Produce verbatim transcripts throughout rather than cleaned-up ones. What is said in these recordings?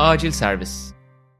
Acil Servis.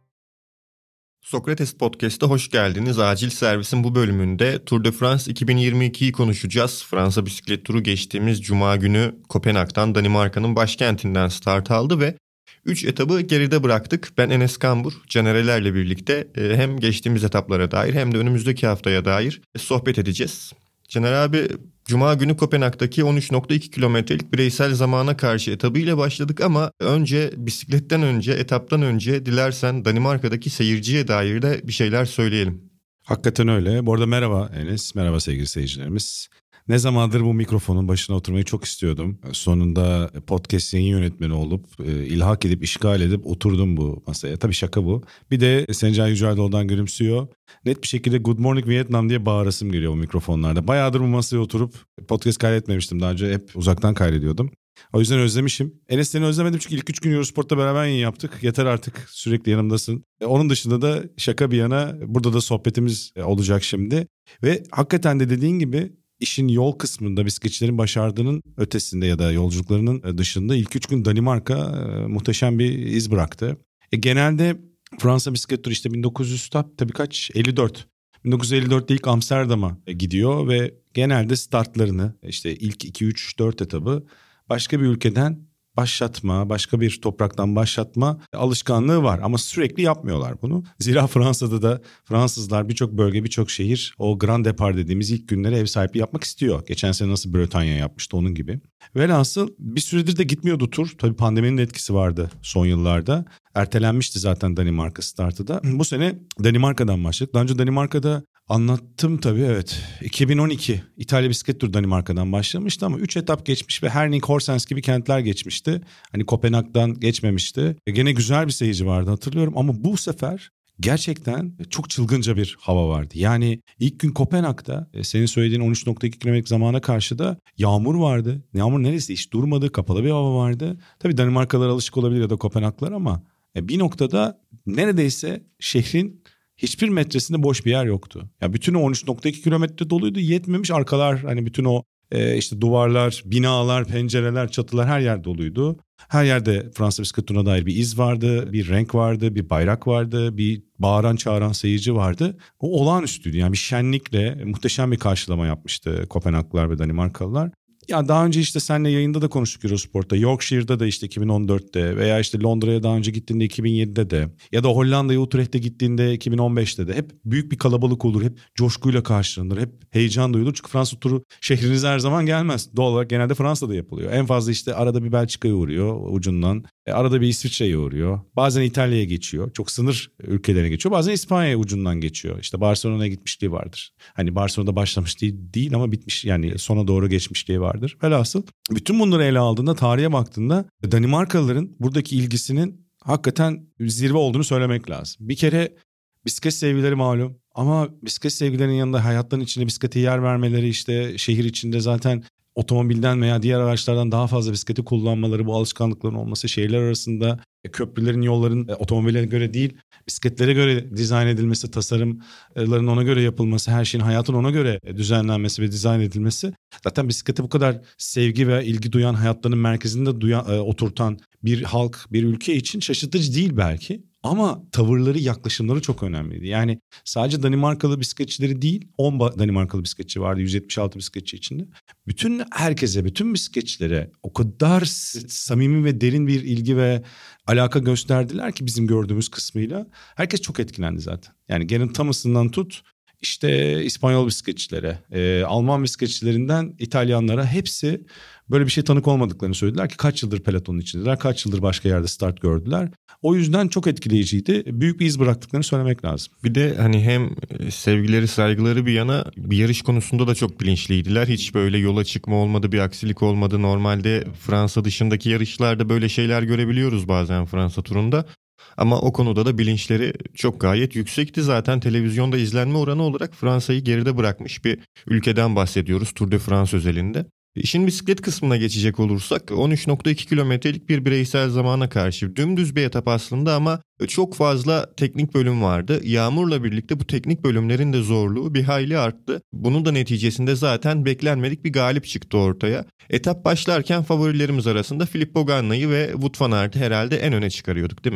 Sokrates Podcast'a hoş geldiniz. Acil Servis'in bu bölümünde Tour de France iki bin yirmi ikiyi konuşacağız. Fransa bisiklet turu geçtiğimiz Cuma günü Kopenhag'dan, Danimarka'nın başkentinden start aldı ve üç etabı geride bıraktık. Ben Enes Kambur, Canerelerle birlikte hem geçtiğimiz etaplara dair hem de önümüzdeki haftaya dair sohbet edeceğiz. Caner abi, Cuma günü Kopenhag'daki on üç nokta iki kilometrelik bireysel zamana karşı etabıyla başladık ama önce bisikletten önce, etaptan önce dilersen Danimarka'daki seyirciye dair de bir şeyler söyleyelim. Hakikaten öyle. Bu arada merhaba Enes, merhaba sevgili seyircilerimiz. Ne zamandır bu mikrofonun başına oturmayı çok istiyordum. Sonunda podcast yayın yönetmeni olup, ilhak edip, işgal edip oturdum bu masaya. Tabii şaka bu. Bir de Sencan Yüceldoğan'dan gülümsüyor. Net bir şekilde Good Morning Vietnam diye bağırasım geliyor bu mikrofonlarda. Bayağıdır bu masaya oturup podcast kaydetmemiştim. Daha önce hep uzaktan kaydediyordum. O yüzden özlemişim. Enes, seni özlemedim çünkü ilk üç gün Eurosport'ta beraber yayın yaptık. Yeter artık, sürekli yanımdasın. Onun dışında da şaka bir yana burada da sohbetimiz olacak şimdi. Ve hakikaten de dediğin gibi İşin yol kısmında bisikletçilerin başardığının ötesinde ya da yolculuklarının dışında ilk üç gün Danimarka e, muhteşem bir iz bıraktı. E, genelde Fransa bisiklet turu işte bin dokuz yüz tabii kaç? elli dört. bin dokuz yüz elli dörtte ilk Amsterdam'a gidiyor ve genelde startlarını işte ilk iki üç dört etabı başka bir ülkeden başlatma, başka bir topraktan başlatma alışkanlığı var. Ama sürekli yapmıyorlar bunu. Zira Fransa'da da Fransızlar birçok bölge, birçok şehir o Grand Depart dediğimiz ilk günlere ev sahipliği yapmak istiyor. Geçen sene nasıl Bretagne yapmıştı onun gibi. Velhasıl bir süredir de gitmiyordu tur. Tabii pandeminin etkisi vardı son yıllarda. Ertelenmişti zaten Danimarka startı da. Bu sene Danimarka'dan başladık. Daha önce Danimarka'da anlattım tabii, evet. iki bin on iki İtalya bisiklet turu Danimarka'dan başlamıştı ama üç etap geçmiş ve Herning, Horsens gibi kentler geçmişti. Hani Kopenhag'dan geçmemişti. E gene güzel bir seyirci vardı, hatırlıyorum ama bu sefer gerçekten çok çılgınca bir hava vardı. Yani ilk gün Kopenhag'da e, senin söylediğin on üç nokta iki kilometrelik zamana karşı da yağmur vardı. Yağmur neresi? Hiç durmadı. Kapalı bir hava vardı. Tabii Danimarkalılar alışık olabilir ya da Kopenhaglar ama e, bir noktada neredeyse şehrin hiçbir metresinde boş bir yer yoktu. Ya bütün o on üç nokta iki kilometre doluydu. Yetmemiş, arkalar hani bütün o e, işte duvarlar, binalar, pencereler, çatılar her yer doluydu. Her yerde Fransa bisiklet turuna dair bir iz vardı, bir renk vardı, bir bayrak vardı, bir bağıran çağıran seyirci vardı. O olağanüstüydü. Yani bir şenlikle muhteşem bir karşılama yapmıştı Kopenhaglılar ve Danimarkalılar. Ya daha önce işte seninle yayında da konuştuk Eurosport'ta. Yorkshire'da da işte iki bin on dörtte veya işte Londra'ya daha önce gittiğinde iki bin yedide de ya da Hollanda'ya Utrecht'te gittiğinde iki bin on beşte de hep büyük bir kalabalık olur. Hep coşkuyla karşılanır. Hep heyecan duyulur. Çünkü Fransa turu şehrinize her zaman gelmez. Doğal olarak genelde Fransa'da yapılıyor. En fazla işte arada bir Belçika'ya uğruyor ucundan. E, arada bir İsviçre'ye uğruyor. Bazen İtalya'ya geçiyor. Çok sınır ülkelerine geçiyor. Bazen İspanya'ya ucundan geçiyor. İşte Barcelona'ya gitmişliği vardır. Hani Barcelona'da başlamış değil, değil ama bitmiş, yani sona doğru geçmişliği vardır. Velhasıl bütün bunları ele aldığında, tarihe baktığında Danimarkalıların buradaki ilgisinin hakikaten zirve olduğunu söylemek lazım. Bir kere bisiklet sevgileri malum ama bisiklet sevgilerinin yanında hayatların içinde bisiklete yer vermeleri, işte şehir içinde zaten otomobilden veya diğer araçlardan daha fazla bisikleti kullanmaları, bu alışkanlıkların olması, şehirler arasında köprülerin, yolların otomobillere göre değil bisikletlere göre dizayn edilmesi, tasarımların ona göre yapılması, her şeyin, hayatın ona göre düzenlenmesi ve dizayn edilmesi. Zaten bisiklete bu kadar sevgi ve ilgi duyan, hayatlarının merkezinde duyan, oturtan bir halk, bir ülke için şaşırtıcı değil belki. Ama tavırları, yaklaşımları çok önemliydi. Yani sadece Danimarkalı bisikletçileri değil, on Danimarkalı bisikletçi vardı yüz yetmiş altı bisikletçi içinde. Bütün herkese, bütün bisikletçilere o kadar samimi ve derin bir ilgi ve alaka gösterdiler ki bizim gördüğümüz kısmıyla. Herkes çok etkilendi zaten. Yani Geraint Thomas'ından tut, işte İspanyol bisikletçilere, e, Alman bisikletçilerinden İtalyanlara, hepsi böyle bir şey tanık olmadıklarını söylediler ki kaç yıldır pelotonun içindeler, kaç yıldır başka yerde start gördüler. O yüzden çok etkileyiciydi. Büyük bir iz bıraktıklarını söylemek lazım. Bir de hani hem sevgileri, saygıları bir yana bir yarış konusunda da çok bilinçliydiler. Hiç böyle yola çıkma olmadı, bir aksilik olmadı. Normalde Fransa dışındaki yarışlarda böyle şeyler görebiliyoruz bazen Fransa turunda. Ama o konuda da bilinçleri çok gayet yüksekti. Zaten televizyonda izlenme oranı olarak Fransa'yı geride bırakmış bir ülkeden bahsediyoruz Tour de France özelinde. İşin bisiklet kısmına geçecek olursak on üç nokta iki kilometrelik bir bireysel zamana karşı dümdüz bir etap aslında ama çok fazla teknik bölüm vardı. Yağmurla birlikte bu teknik bölümlerin de zorluğu bir hayli arttı. Bunun da neticesinde zaten beklenmedik bir galip çıktı ortaya. Etap başlarken favorilerimiz arasında Filippo Ganna'yı ve Wout van Aert'i herhalde en öne çıkarıyorduk, değil mi?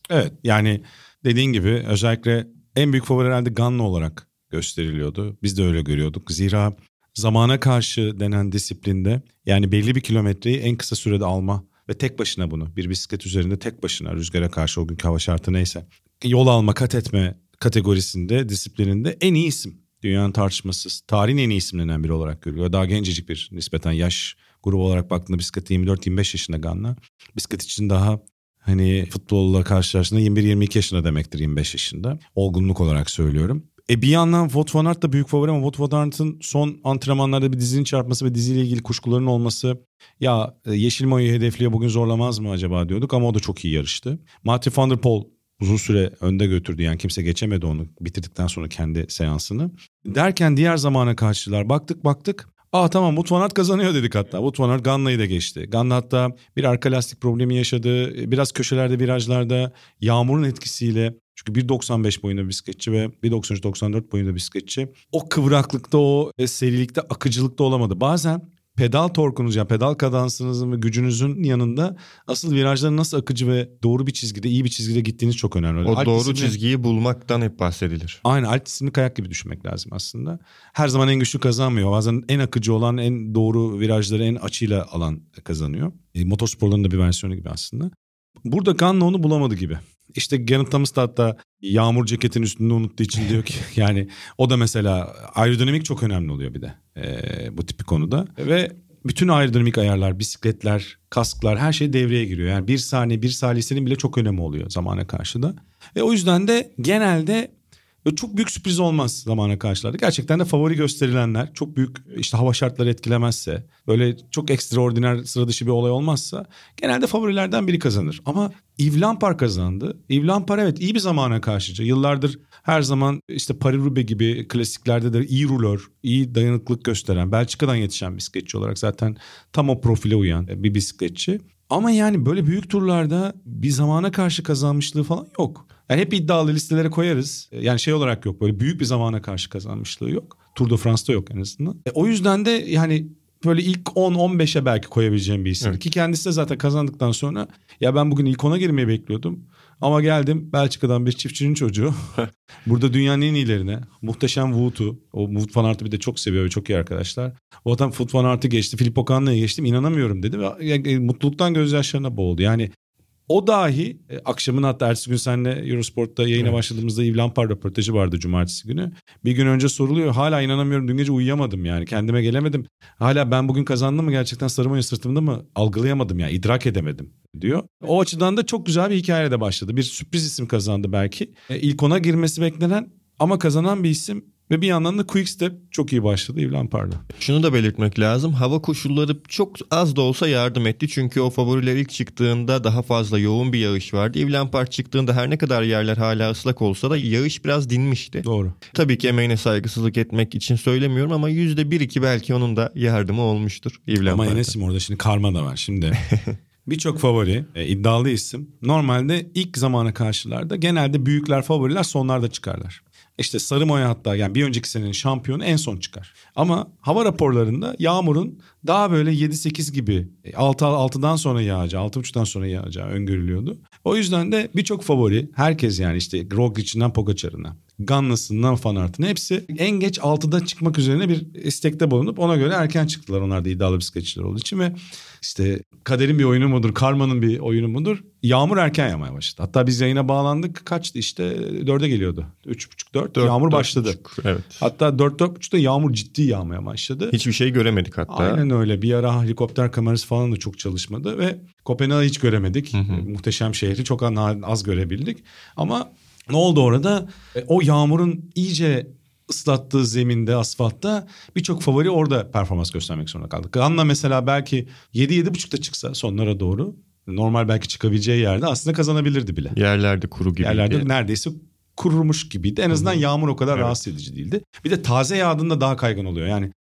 Evet, yani dediğin gibi özellikle en büyük favori herhalde Ganna olarak gösteriliyordu. Biz de öyle görüyorduk. Zira zamana karşı denen disiplinde, yani belli bir kilometreyi en kısa sürede alma ve tek başına bunu bir bisiklet üzerinde tek başına rüzgara karşı, o günkü hava şartı neyse, yol alma kat etme kategorisinde, disiplininde en iyi isim. Dünyanın tartışmasız tarihin en iyi isimlerinden biri olarak görülüyor. Daha gencecik bir nispeten yaş grubu olarak baktığında bisiklette yirmi dört yirmi beş yaşında Ganna. Bisiklet için daha hani futbolla karşılaştığında yirmi bir yirmi iki yaşında demektir, yirmi beş yaşında. Olgunluk olarak söylüyorum. E bir yandan Wout van Aert da büyük favori ama Wout van Aert'ın son antrenmanlarda bir dizinin çarpması ve diziyle ilgili kuşkuların olması, ya yeşil mayoyu hedefliyor bugün zorlamaz mı acaba diyorduk ama o da çok iyi yarıştı. Mathieu van der Poel uzun süre önde götürdü, yani kimse geçemedi onu bitirdikten sonra kendi seansını. Derken diğer zamana karşılar baktık baktık. Aa tamam, Wout van Aert kazanıyor dedik hatta. Wout van Aert Ganna'yı da geçti. Ganna hatta bir arka lastik problemi yaşadı. Biraz köşelerde, virajlarda yağmurun etkisiyle, çünkü bir doksan beş boyunda bir bisikletçi ve bir doksan üç doksan dört boyunda bir bisikletçi, o kıvraklıkta, o serilikte, akıcılıkta olamadı. Bazen pedal torkunuz, yani pedal kadansınızın ve gücünüzün yanında asıl virajların nasıl akıcı ve doğru bir çizgide, iyi bir çizgide gittiğiniz çok önemli. O Alp doğru isimli, çizgiyi bulmaktan hep bahsedilir. Aynen, Alp isimli kayak gibi düşünmek lazım aslında. Her zaman en güçlü kazanmıyor. Bazen en akıcı olan, en doğru virajları en açıyla alan kazanıyor. E, motorsporların da bir versiyonu gibi aslında. Burada Ganna onu bulamadı gibi. İşte Geraint Thomas da hatta yağmur ceketin üstünde unuttuğu için diyor ki yani o da mesela aerodinamik çok önemli oluyor bir de e, bu tip bir konuda. Ve bütün aerodinamik ayarlar, bisikletler, kasklar, her şey devreye giriyor. Yani bir saniye, bir salisenin bile çok önemi oluyor zamana karşı da. Ve o yüzden de genelde çok büyük sürpriz olmaz zamana karşılarda. Gerçekten de favori gösterilenler, çok büyük işte hava şartları etkilemezse, böyle çok ekstraordiner, sıra dışı bir olay olmazsa genelde favorilerden biri kazanır. Ama Yves Lampaert kazandı. Yves Lampaert evet iyi bir zamana karşı. Yıllardır her zaman işte Paris-Roubaix gibi klasiklerde de iyi rulör, iyi dayanıklılık gösteren, Belçika'dan yetişen bisikletçi olarak zaten tam o profile uyan bir bisikletçi. Ama yani böyle büyük turlarda bir zamana karşı kazanmışlığı falan yok. Yani hep iddialı listelere koyarız. Yani şey olarak yok, böyle büyük bir zamana karşı kazanmışlığı yok. Tour de France'da yok en azından. E, o yüzden de yani böyle ilk on on beşe belki koyabileceğim bir isim. Evet. Ki kendisi de zaten kazandıktan sonra ya ben bugün ilk ona girmeyi bekliyordum. Ama geldim Belçika'dan bir çiftçinin çocuğu. Burada dünyanın en iyilerine, muhteşem Wout'u, o Wout van Aert'ı bir de çok seviyor ve çok iyi arkadaşlar. O adam Wout van Aert'ı geçti, Filippo Canna'yı geçtim, inanamıyorum dedi. Ve yani, mutluluktan gözyaşlarına boğuldu. Yani o dahi e, akşamın, hatta ertesi gün seninle Eurosport'ta yayına evet. başladığımızda Yves Lampaert röportajı vardı cumartesi günü. Bir gün önce soruluyor, hala inanamıyorum, dün gece uyuyamadım yani, kendime gelemedim. Hala ben bugün kazandım mı gerçekten, sarı mayo sırtımda mı, algılayamadım yani, idrak edemedim diyor. O açıdan da çok güzel bir hikayeyle başladı. Bir sürpriz isim kazandı belki. E, ilk ona girmesi beklenen ama kazanan bir isim. Ve bir yandan da Quickstep çok iyi başladı Yves Lampaert'la. Şunu da belirtmek lazım. Hava koşulları çok az da olsa yardım etti. Çünkü o favoriler ilk çıktığında daha fazla yoğun bir yağış vardı. Yves Lampaert çıktığında her ne kadar yerler hala ıslak olsa da yağış biraz dinmişti. Doğru. Tabii ki emeğine saygısızlık etmek için söylemiyorum ama yüzde bir iki belki onun da yardımı olmuştur Yves Lampaert'a. Ama Enes'im orada şimdi karma da var şimdi. Birçok favori, e, iddialı isim. Normalde ilk zamana karşılarda genelde büyükler, favoriler sonlarda çıkarlar. İşte sarı mayo hatta, yani bir önceki senenin şampiyonu en son çıkar. Ama hava raporlarında yağmurun daha böyle yedi sekiz gibi altı altıdan sonra yağacağı, altı buçuktan sonra yağacağı öngörülüyordu. O yüzden de birçok favori, herkes yani işte Roglic'inden Pogacar'ına, Ganna'sından Van Aert'ına, hepsi en geç altıda çıkmak üzerine bir istekte bulunup ona göre erken çıktılar. Onlar da iddialı bisikletçiler olduğu için ve işte kaderin bir oyunu mudur, karmanın bir oyunu mudur? Yağmur erken yağmaya başladı. Hatta biz yayına bağlandık, kaçtı işte dörde geliyordu. Üç buçuk dört yağmur dört, başladı. Buçuk, evet. Hatta dört dört buçukta yağmur ciddi yağmaya başladı. Hiçbir şey göremedik hatta. Aynen öyle. Bir ara helikopter kamerası falan da çok çalışmadı ve Kopenhag'ı hiç göremedik. Hı hı. Muhteşem şehri çok az görebildik. Ama ne oldu orada? O yağmurun iyice ıslattığı zeminde, asfaltta birçok favori orada performans göstermek zorunda kaldı. Ganna mesela belki yedi yedi buçukta çıksa sonlara doğru, normal belki çıkabileceği yerde aslında kazanabilirdi bile. Yerlerde kuru gibiydi. Yerlerde neredeyse kurumuş gibiydi. En azından Hı-hı. yağmur o kadar evet. rahatsız edici değildi. Bir de taze yağdığında daha kaygan oluyor. Yani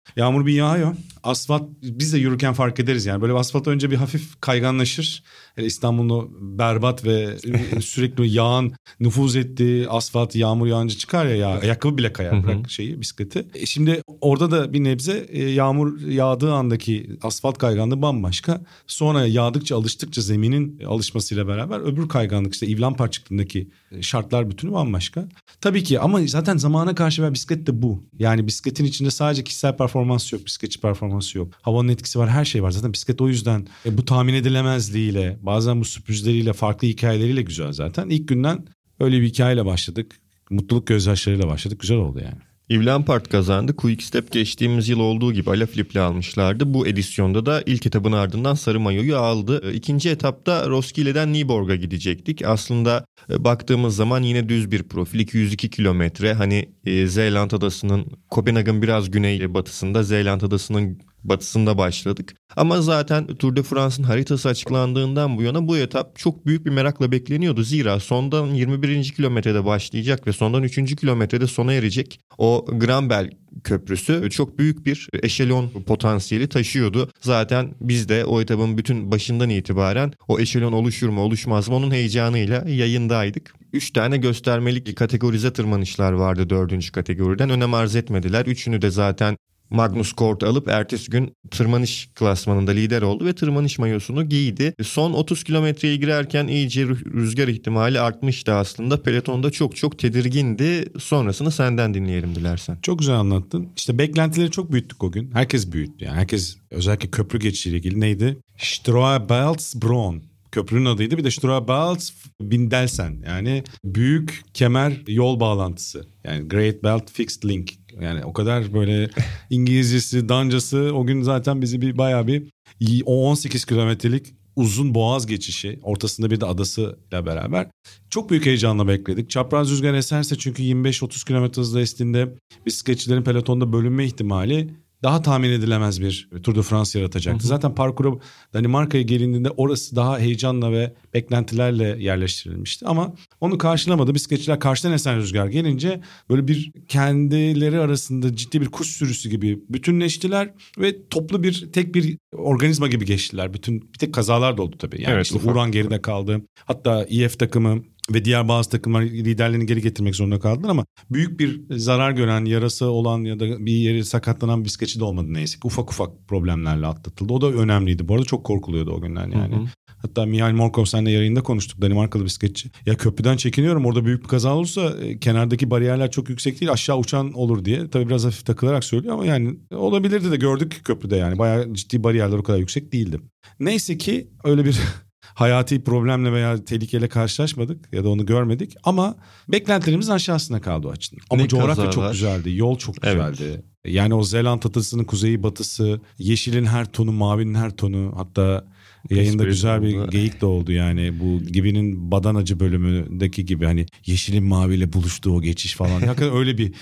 Yağmur bir yağıyor. Asfalt biz de yürürken fark ederiz yani. Böyle asfalt önce bir hafif kayganlaşır. Yani İstanbul'un berbat ve sürekli yağan nüfuz ettiği asfalt yağmur yağınca çıkar ya. ya ayakkabı bile kayar bırak şeyi bisikleti. E şimdi orada da bir nebze e, yağmur yağdığı andaki asfalt kayganlığı bambaşka. Sonra yağdıkça alıştıkça zeminin alışmasıyla beraber öbür kayganlık işte İvlan Parçıklı'ndaki şartlar bütünü bambaşka. Tabii ki ama zaten zamana karşı ve bisiklet de bu. Yani bisikletin içinde sadece kişisel performans yok, bisikletçi performansı yok. Havanın etkisi var, her şey var. Zaten bisiklet o yüzden e, bu tahmin edilemezliğiyle, bazen bu sürprizleriyle, farklı hikayeleriyle güzel zaten. İlk günden öyle bir hikayeyle başladık. Mutluluk gözyaşlarıyla başladık. Güzel oldu yani. Yves Lampaert kazandı. Quickstep geçtiğimiz yıl olduğu gibi Alaphilippe'le almışlardı. Bu edisyonda da ilk etapın ardından sarı mayoyu aldı. İkinci etapta Roskilde'den Nyborg'a gidecektik. Aslında baktığımız zaman yine düz bir profil. iki yüz iki kilometre. Hani e, Zeeland Adası'nın Kopenhag'ın biraz güney batısında, Zeeland Adası'nın batısında başladık. Ama zaten Tour de France'ın haritası açıklandığından bu yana bu etap çok büyük bir merakla bekleniyordu. Zira sondan yirmi birinci kilometrede başlayacak ve sondan üçüncü kilometrede sona erecek o Granbel Köprüsü çok büyük bir eşelon potansiyeli taşıyordu. Zaten biz de o etapın bütün başından itibaren o eşelon oluşur mu oluşmaz mı onun heyecanıyla yayındaydık. Üç tane göstermelik kategorize tırmanışlar vardı dördüncü kategoriden. Önem arz etmediler. Üçünü de zaten Magnus Kort alıp ertesi gün tırmanış klasmanında lider oldu ve tırmanış mayosunu giydi. Son otuz kilometreye girerken iyice rüzgar ihtimali artmıştı aslında. Pelotonda çok çok tedirgindi. Sonrasını senden dinleyelim dilersen. Çok güzel anlattın. İşte beklentileri çok büyüttük o gün. Herkes büyüttü yani. Herkes özellikle köprü geçişiyle ilgili neydi? Stroebeltsbron. Köprünün adıydı. Bir de Stroebelts-Bindelsen. Yani büyük kemer yol bağlantısı. Yani Great Belt Fixed Link. Yani o kadar böyle İngilizcesi, Dancası o gün zaten bizi bir bayağı bir on sekiz kilometrelik uzun boğaz geçişi. Ortasında bir de adasıyla beraber. Çok büyük heyecanla bekledik. Çapraz rüzgar eserse çünkü yirmi beş otuz kilometre hızla estiğinde bisikletçilerin pelotonda bölünme ihtimali daha tahmin edilemez bir Tour de France yaratacaktı. Hı hı. Zaten parkuru Danimarka'ya gelindiğinde orası daha heyecanla ve beklentilerle yerleştirilmişti. Ama onu karşılamadı. Bisikletçiler karşıdan esen rüzgar gelince böyle bir kendileri arasında ciddi bir kuş sürüsü gibi bütünleştiler ve toplu bir tek bir organizma gibi geçtiler. Bütün bir tek kazalar da oldu tabii. Yani evet, işte Uran geride kaldı. Hatta İ F takımı ve diğer bazı takımlar liderlerini geri getirmek zorunda kaldılar ama büyük bir zarar gören, yarası olan ya da bir yeri sakatlanan bisikletçi de olmadı neyse ki. Ufak ufak problemlerle atlatıldı. O da önemliydi. Bu arada çok korkuluyordu o günler yani. Hı hı. Hatta Mihail Morkov seninle yayında konuştuk. Danimarkalı bisikletçi. Ya köprüden çekiniyorum. Orada büyük bir kaza olursa e, kenardaki bariyerler çok yüksek değil. Aşağı uçan olur diye. Tabii biraz hafif takılarak söylüyor ama yani olabilirdi de gördük köprüde yani. Bayağı ciddi bariyerler o kadar yüksek değildi. Neyse ki öyle bir hayati problemle veya tehlikeyle karşılaşmadık ya da onu görmedik ama beklentilerimizin aşağısında kaldı o açıdan. Ama ne coğrafya çok güzeldi, yol çok güzeldi. Evet. Yani o Zeeland adasının kuzeyi batısı, yeşilin her tonu, mavinin her tonu, hatta yayında güzel bir geyik de oldu yani bu Gibi'nin Badanacı bölümündeki gibi hani yeşilin maviyle buluştuğu o geçiş falan. Hakikaten öyle bir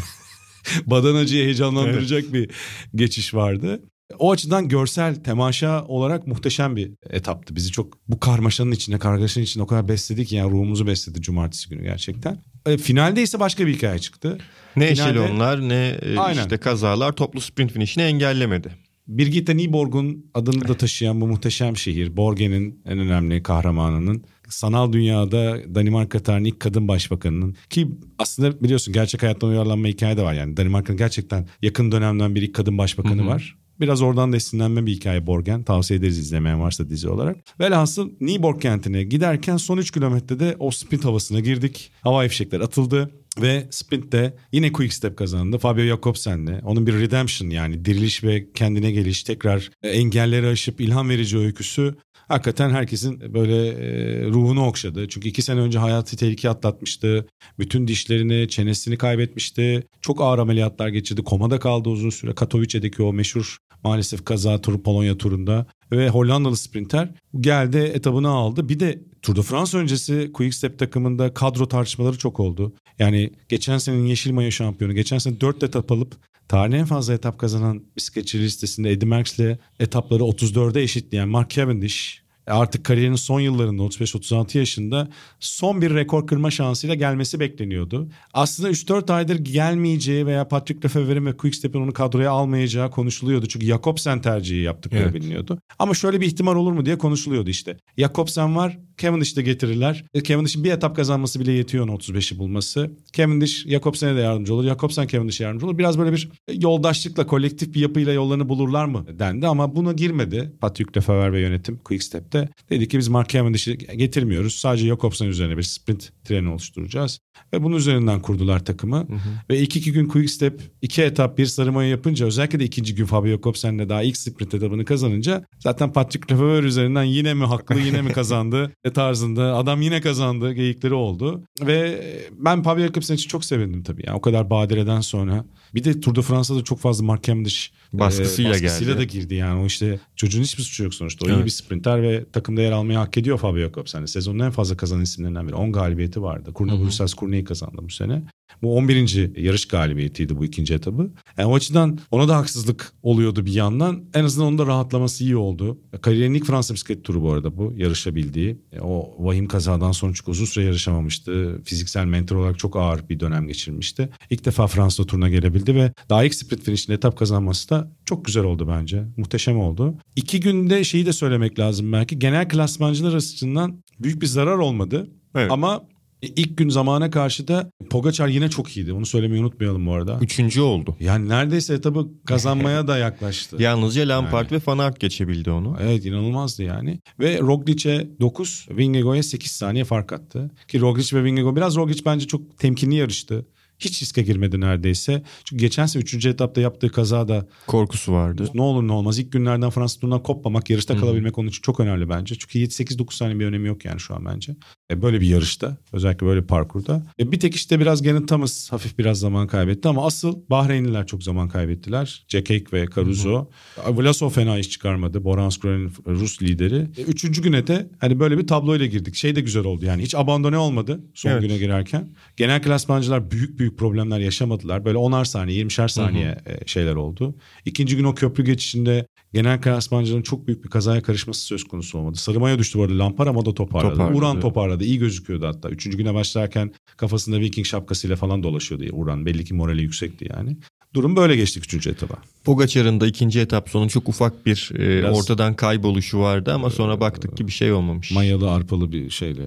Badanacı'yı heyecanlandıracak evet. bir geçiş vardı. O açıdan görsel, temaşa olarak muhteşem bir etaptı. Bizi çok bu karmaşanın içinde, kargaşanın içinde o kadar besledi ki yani ruhumuzu besledi cumartesi günü gerçekten. E, finalde ise başka bir hikaye çıktı. Ne finalde, eşelonlar ne aynen. işte kazalar toplu sprint finişini engellemedi. Birgitte Nyborg'un adını da taşıyan bu muhteşem şehir, Borgen'in en önemli kahramanının, sanal dünyada Danimarka tarihinin ilk kadın başbakanının ki aslında biliyorsun gerçek hayattan uyarlanma hikaye de var yani. Danimarka'nın gerçekten yakın dönemden bir ilk kadın başbakanı hı hı. var. Biraz oradan da esinlenme bir hikaye Borgen. Tavsiye ederiz izlemeyen varsa dizi olarak. Velhasıl Nyborg kentine giderken son üç kilometrede o sprint havasına girdik. Havai fişekler atıldı. Ve sprintte yine Quickstep kazandı. Fabio Jakobsen'le. Onun bir redemption yani diriliş ve kendine geliş, tekrar engelleri aşıp ilham verici öyküsü hakikaten herkesin böyle e, ruhunu okşadı. Çünkü iki sene önce hayatı tehlikeye atlatmıştı. Bütün dişlerini, çenesini kaybetmişti. Çok ağır ameliyatlar geçirdi. Komada kaldı uzun süre. Katowice'deki o meşhur maalesef kaza turu Polonya turunda. Ve Hollandalı sprinter geldi, etabını aldı. Bir de Tour de France öncesi Quickstep takımında kadro tartışmaları çok oldu. Yani geçen senenin yeşil mayo şampiyonu, geçen sene dört etap alıp tarihin en fazla etap kazanan bisikletçi listesinde Eddy Merckx'le etapları otuz dörde eşitleyen Mark Cavendish artık kariyerinin son yıllarında otuz beş otuz altı yaşında son bir rekor kırma şansıyla gelmesi bekleniyordu. Aslında üç dört aydır gelmeyeceği veya Patrick Lefevere'in ve Quickstep'in onu kadroya almayacağı konuşuluyordu. Çünkü Jakobsen tercihi yaptıkları evet. biliniyordu. Ama şöyle bir ihtimal olur mu diye konuşuluyordu işte. Jakobsen var, Cavendish'i de getirirler. Cavendish'in bir etap kazanması bile yetiyor ona otuz beşi bulması. Cavendish Jakobsen'e de yardımcı olur. Jakobsen Cavendish'e yardımcı olur. Biraz böyle bir yoldaşlıkla, kolektif bir yapıyla yollarını bulurlar mı dendi ama buna girmedi. Patrick Lefevere ve yönetim Quickstep'te. Dedi ki biz Mark Cavendish'i getirmiyoruz. Sadece Jakobsen üzerine bir sprint treni oluşturacağız. Ve bunun üzerinden kurdular takımı. Hı hı. Ve iki iki gün Quickstep iki etap bir sarı mayo yapınca, özellikle de ikinci gün Fabio Jakobsen'le daha ilk sprint etabını kazanınca zaten Patrick Lefevere üzerinden yine mi haklı yine mi kazandı tarzında, adam yine kazandı geyikleri oldu. Ve ben Fabio Jakobsen için çok sevindim tabii. Yani o kadar badireden sonra. Bir de Tour de France'da çok fazla Mark Cavendish baskısıyla, e, baskısıyla geldi. da girdi yani. O işte çocuğun hiçbir suçu yok sonuçta. O evet. iyi bir sprinter ve takımda yer almayı hak ediyor Fabio Jakobsen. Sezonun en fazla kazanan isimlerinden biri. on galibiyeti vardı. Kurna Brussels Kurne'yi kazandı bu sene. Bu on birinci yarış galibiyetiydi bu ikinci etabı. Yani o açıdan ona da haksızlık oluyordu bir yandan. En azından onun da rahatlaması iyi oldu. Kariyerinin ilk Fransa bisiklet turu bu arada bu. Yarışabildiği. O vahim kazadan sonra çünkü uzun süre yarışamamıştı. Fiziksel, mental olarak çok ağır bir dönem geçirmişti. İlk defa Fransa turuna gelebildi ve daha ilk sprint finishinde etap kazanması da çok güzel oldu bence. Muhteşem oldu. İki günde şeyi de söylemek lazım belki. Genel klasmancılar açısından büyük bir zarar olmadı. Evet. Ama İlk gün zamana karşı da Pogacar yine çok iyiydi. Onu söylemeyi unutmayalım bu arada. Üçüncü oldu. Yani neredeyse etabı kazanmaya da yaklaştı. Yalnızca Lampard yani. ve Van Aert geçebildi onu. Evet, inanılmazdı yani. Ve Roglic'e dokuz, Vingegaard'a sekiz saniye fark attı. Ki Roglic ve Vingegaard, biraz Roglic bence çok temkinli yarıştı. Hiç riske girmedi neredeyse. Çünkü geçen sene üçüncü etapta yaptığı kazada korkusu vardı. Ne olur ne olmaz. İlk günlerden Fransa turundan kopmamak, yarışta hmm. kalabilmek onun için çok önemli bence. Çünkü yedi sekiz dokuz saniye bir önemi yok yani şu an bence. E böyle bir yarışta, özellikle böyle bir parkurda. E bir tek işte biraz Geraint Thomas hafif biraz zaman kaybetti ama asıl Bahreynliler çok zaman kaybettiler. Jack Haig ve Caruso. Hmm. Vlasov fena iş çıkarmadı. Boran Skrue'nin Rus lideri. E üçüncü güne de hani böyle bir tabloyla girdik. Şey de güzel oldu yani. Hiç abandone olmadı son evet. güne girerken. Genel klasmancılar büyük büyük problemler yaşamadılar. Böyle onar saniye, yirmişer saniye hı hı. şeyler oldu. İkinci gün o köprü geçişinde genel klasmancıların çok büyük bir kazaya karışması söz konusu olmadı. Sarı mayo düştü bu arada. Lampard ama da toparladı. toparladı. Uran toparladı. İyi gözüküyordu hatta. Üçüncü güne başlarken kafasında Viking şapkasıyla falan dolaşıyordu Uran. Belli ki morali yüksekti yani. Durum böyle geçti üçüncü etaba. Pogacar'ın da ikinci etap sonu çok ufak bir e, ortadan kayboluşu vardı ama sonra baktık ki bir şey olmamış. Mayalı arpalı bir şeyle,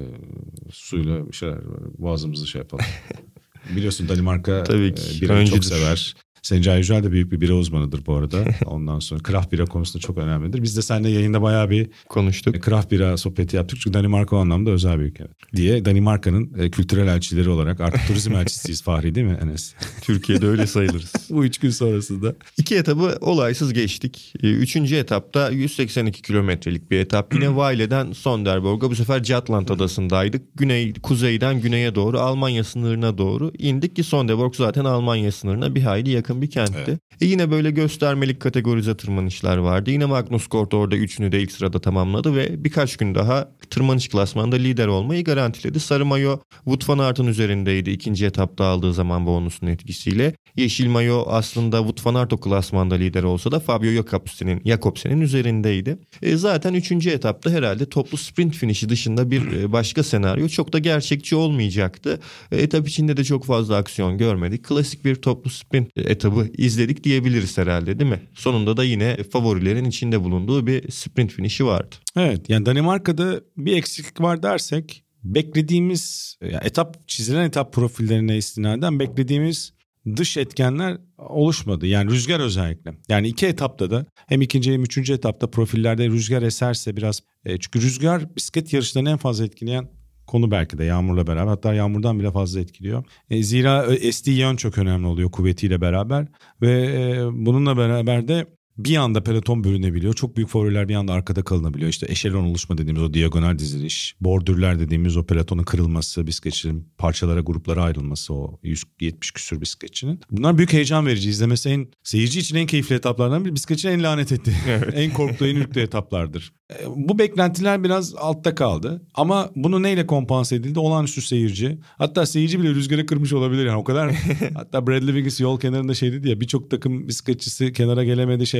suyla bir şeyler, boğazımızı şey yapalım. Biliyorsun Danimarka Tabii ki, birayı çok sever. Sencay Yücel de büyük bir bira uzmanıdır bu arada. Ondan sonra craft bira konusunda çok önemlidir. Biz de seninle yayında bayağı bir konuştuk. Craft bira sohbeti yaptık. Çünkü Danimarka o anlamda özel bir ülke. Diye Danimarka'nın e, kültürel elçileri olarak artık turizm elçisiyiz Fahri, değil mi Enes? Türkiye'de öyle sayılırız. Bu üç gün sonrasında. İki etabı olaysız geçtik. Üçüncü etapta yüz seksen iki kilometrelik bir etap. Yine Weile'den Sonderborg'a, bu sefer Jutland adasındaydık. Güney, kuzeyden güneye doğru Almanya sınırına doğru indik ki Sonderborg zaten Almanya sınırına bir hayli yakın bir kentti. Evet. E yine böyle göstermelik kategorize tırmanışlar vardı. Yine Magnus Kort orada üçünü de ilk sırada tamamladı ve birkaç gün daha tırmanış klasmanında lider olmayı garantiledi. Sarı mayo Wout van Aert'ın üzerindeydi ikinci etapta aldığı zaman bonusun etkisiyle. Yeşil mayo aslında Wout van Aert o klasmanda lider olsa da Fabio Jakobsen'in Jakobsen'in üzerindeydi. E zaten üçüncü etapta herhalde toplu sprint finişi dışında bir başka senaryo çok da gerçekçi olmayacaktı. E, etap içinde de çok fazla aksiyon görmedik. Klasik bir toplu sprint etabı izledik diyebiliriz herhalde, değil mi? Sonunda da yine favorilerin içinde bulunduğu bir sprint finişi vardı. Evet, yani Danimarka'da bir eksiklik var dersek, beklediğimiz yani etap çizilen etap profillerine istinaden beklediğimiz dış etkenler oluşmadı. Yani rüzgar özellikle. Yani iki etapta da hem ikinci hem üçüncü etapta profillerde rüzgar eserse biraz e, çünkü rüzgar bisiklet yarışlarını en fazla etkileyen konu belki de yağmurla beraber, hatta yağmurdan bile fazla etkiliyor. E, zira estiği yön çok önemli oluyor kuvvetiyle beraber ve e, bununla beraber de bir anda peloton bölünebiliyor. Çok büyük favoriler bir anda arkada kalınabiliyor. İşte eşelon oluşma dediğimiz o diagonal diziliş, bordürler dediğimiz o pelotonun kırılması, bisikletçinin parçalara, gruplara ayrılması, o yüz yetmiş küsür bisikletçinin. Bunlar büyük heyecan verici. İzlemesi en, seyirci için en keyifli etaplardan biri, bisikletçinin en lanet ettiği, evet. en korktuğu, en ürktüğü etaplardır. Bu beklentiler biraz altta kaldı. Ama bunu neyle kompanse edildi? Olağanüstü seyirci. Hatta seyirci bile rüzgarı kırmış olabilir yani o kadar. Hatta Bradley Wiggins yol kenarında şey dedi ya, birçok takım bisikletçisi kenara gelemedi, şey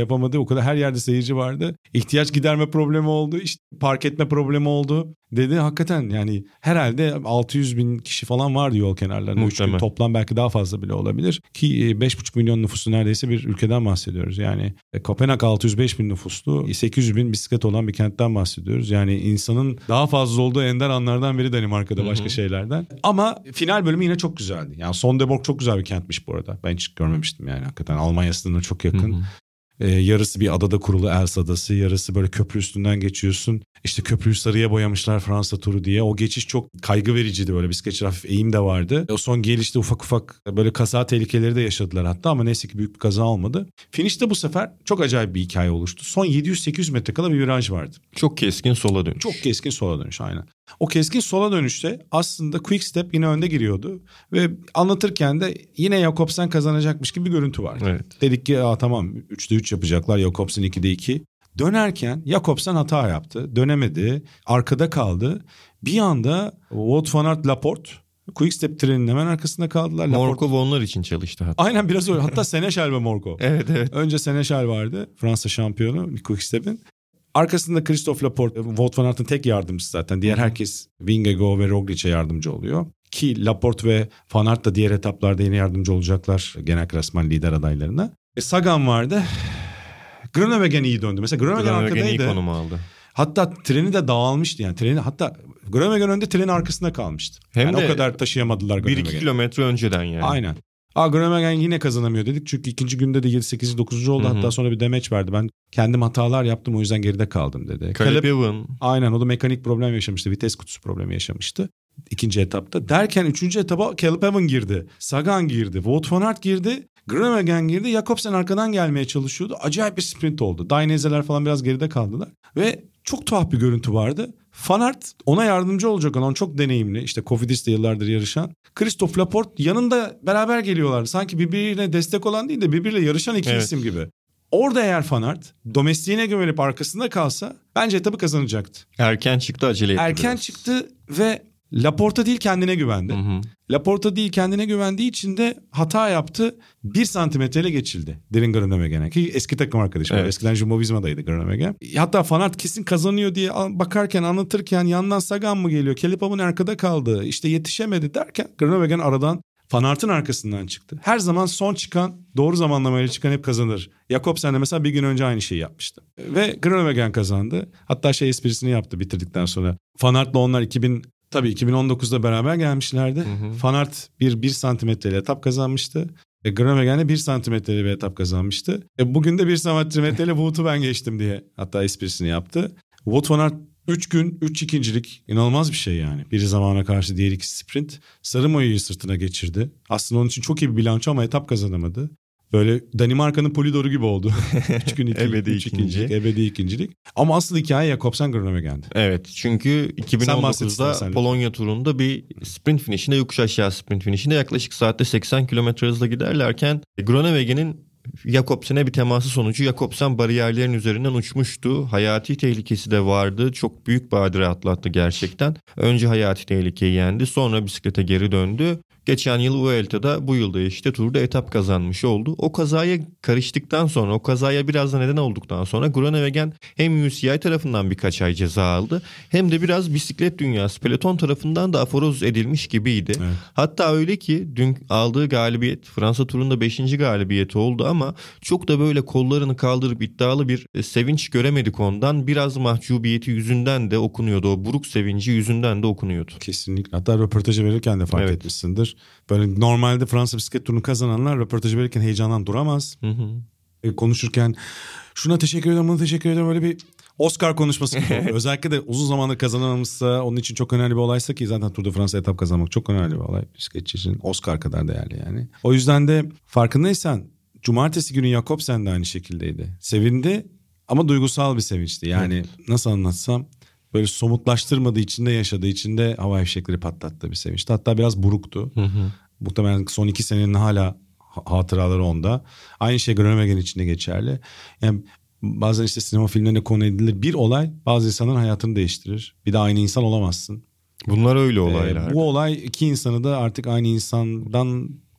yapamadı. O kadar her yerde seyirci vardı. İhtiyaç giderme problemi oldu. İşte park etme problemi oldu. Dedi hakikaten yani herhalde altı yüz bin kişi falan vardı yol kenarlarında. Üç gün toplam belki daha fazla bile olabilir. Ki beş buçuk milyon nüfusu neredeyse bir ülkeden bahsediyoruz. Yani Kopenhag altı yüz beş bin nüfuslu, sekiz yüz bin bisiklet olan bir kentten bahsediyoruz. Yani insanın daha fazla olduğu ender anlardan biri Danimarka'da başka Hı-hı. şeylerden. Ama final bölümü yine çok güzeldi. Yani Sonderborg çok güzel bir kentmiş bu arada. Ben hiç görmemiştim yani hakikaten. Almanya sınırına çok yakın. Ee, yarısı bir adada kurulu, Els Adası, yarısı böyle köprü üstünden geçiyorsun. İşte köprüyü sarıya boyamışlar Fransa turu diye. O geçiş çok kaygı vericiydi, böyle bisikletçi hafif eğim de vardı. O son gelişte ufak ufak böyle kaza tehlikeleri de yaşadılar hatta, ama neyse ki büyük bir kaza olmadı. Finişte bu sefer çok acayip bir hikaye oluştu. Son yedi yüz sekiz yüz metre kala bir viraj vardı. Çok keskin sola dönüş. Çok keskin sola dönüş aynen. O keskin sola dönüşte aslında Quickstep yine önde giriyordu. Ve anlatırken de yine Jakobsen kazanacakmış gibi bir görüntü vardı. Evet. Dedik ki Aa, tamam üçte üç yapacaklar, Jakobsen ikide iki. Dönerken Jakobsen hata yaptı. Dönemedi. Arkada kaldı. Bir anda Wout van Aert, Laporte Quickstep trenin hemen arkasında kaldılar. Morkov onlar için çalıştı hatta. Aynen biraz öyle. Hatta Seneschal ve Morkov. Evet evet. Önce Seneschal vardı. Fransa şampiyonu Quickstep'in. Arkasında Christophe Laporte, Wout van Aert'ın tek yardımcısı zaten. Diğer herkes Vingegaard ve Roglic'e yardımcı oluyor. Ki Laporte ve Van Aert da diğer etaplarda yine yardımcı olacaklar genel klasman lider adaylarına. E, Sagan vardı. Groenewegen iyi döndü. Mesela Groenewegen arkadaydı. iyi konum aldı. Hatta treni de dağılmıştı yani. Treni, hatta Groenewegen önde, trenin arkasında kalmıştı. Hem yani de o kadar taşıyamadılar Groenewegen'i. bir iki kilometre önceden yani. Aynen. Aa, Groenewegen yine kazanamıyor dedik. Çünkü ikinci günde de yedi sekiz dokuzuncu oldu. Hı-hı. Hatta sonra bir demeç verdi. Ben kendim hatalar yaptım, o yüzden geride kaldım dedi. Caleb Ewan. Aynen, o da mekanik problem yaşamıştı. Vites kutusu problemi yaşamıştı. İkinci etapta. Derken üçüncü etaba Caleb Ewan girdi. Sagan girdi. Wout van Aert girdi. Groenewegen girdi. Jakobsen arkadan gelmeye çalışıyordu. Acayip bir sprint oldu. Dainese falan biraz geride kaldılar. Ve çok tuhaf bir görüntü vardı. Van Aert ona yardımcı olacak olan çok deneyimli, işte Cofidis'te yıllardır yarışan Christophe Laporte yanında beraber geliyorlar. Sanki birbirine destek olan değil de birbiriyle yarışan iki evet. isim gibi. Orada eğer Van Aert domestiğine güvenip arkasında kalsa bence etabı kazanacaktı. Erken çıktı, acele etti. Erken biraz. çıktı ve Laporta değil kendine güvendi. Hı hı. Laporta değil kendine güvendiği için de hata yaptı. Bir santimetreyle geçildi Dylan Groenewegen'e. Ki eski takım arkadaşım. Evet. Eskiden Jumbo-Visma'daydı Groenewegen. Hatta Van Aert kesin kazanıyor diye bakarken, anlatırken yandan Sagan mı geliyor? Caleb Ewan arkada kaldı. İşte yetişemedi derken Groenewegen aradan Van Aert'ın arkasından çıktı. Her zaman son çıkan, doğru zamanlamayla çıkan hep kazanır. Jakobsen de mesela bir gün önce aynı şeyi yapmıştı. Ve Groenewegen kazandı. Hatta şey esprisini yaptı bitirdikten sonra. Van Aert'la onlar iki bin Tabii iki bin on dokuzda beraber gelmişlerdi. Hı hı. Van Aert bir, bir santimetreyle etap kazanmıştı. E, Groenewegen de bir santimetreyle bir etap kazanmıştı. E, bugün de bir santimetreyle Wout'u ben geçtim diye hatta esprisini yaptı. Wout van Aert üç gün üç ikincilik, inanılmaz bir şey yani. Biri zamana karşı, diğer ikisi sprint. Sarı mayoyu sırtına geçirdi. Aslında onun için çok iyi bir bilanço ama etap kazanamadı. Böyle Danimarka'nın Polidor'u gibi oldu. üç gün iki, ebedi üç ikinci. ikincilik, ebedi ikincilik. Ama asıl hikaye Jakobsen Groenewegen'di. Evet, çünkü iki bin on dokuzda Polonya turunda bir sprint finişinde, yokuş aşağı sprint finişinde yaklaşık saatte seksen kilometre hızla giderlerken Groenewegen'in Jakobsen'e bir teması sonucu Jakobsen bariyerlerin üzerinden uçmuştu. Hayati tehlikesi de vardı. Çok büyük badire atlattı gerçekten. Önce hayati tehlikeyi yendi, sonra bisiklete geri döndü. Geçen yıl Vuelta'da, bu yılda işte turda etap kazanmış oldu. O kazaya karıştıktan sonra, o kazaya biraz da neden olduktan sonra Groenewegen hem U C I tarafından birkaç ay ceza aldı, hem de biraz bisiklet dünyası, peloton tarafından da aforoz edilmiş gibiydi. Evet. Hatta öyle ki dün aldığı galibiyet Fransa turunda beşinci galibiyeti oldu ama çok da böyle kollarını kaldırıp iddialı bir sevinç göremedik ondan. Biraz mahcubiyeti yüzünden de okunuyordu. O buruk sevinci yüzünden de okunuyordu. Kesinlikle. Hatta röportajı verirken de fark evet. etmişsindir. Böyle normalde Fransa bisiklet turunu kazananlar röportajı verirken heyecandan duramaz. Hı hı. E, konuşurken şuna teşekkür ederim, buna teşekkür ederim, böyle bir Oscar konuşması gibi oluyor. Özellikle de uzun zamandır kazanamamışsa, onun için çok önemli bir olaysa, ki zaten Tour de Fransa etap kazanmak çok önemli bir olay. Bisikletçi için Oscar kadar değerli yani. O yüzden de farkındaysan cumartesi günü Jakobsen de aynı şekildeydi. Sevindi ama duygusal bir sevinçti. Yani evet. nasıl anlatsam, böyle somutlaştırmadığı, içinde yaşadığı, içinde hava fişekleri patlattığı bir sevinçti. Hatta biraz buruktu. Hı hı. Muhtemelen son iki senenin hala hatıraları onda. Aynı şey Groenewegen için de geçerli. Yani bazen işte sinema filmlerine konu edilir. Bir olay bazı insanların hayatını değiştirir. Bir de aynı insan olamazsın. Bunlar öyle olaylar. Ee, bu olay iki insanı da artık aynı insandan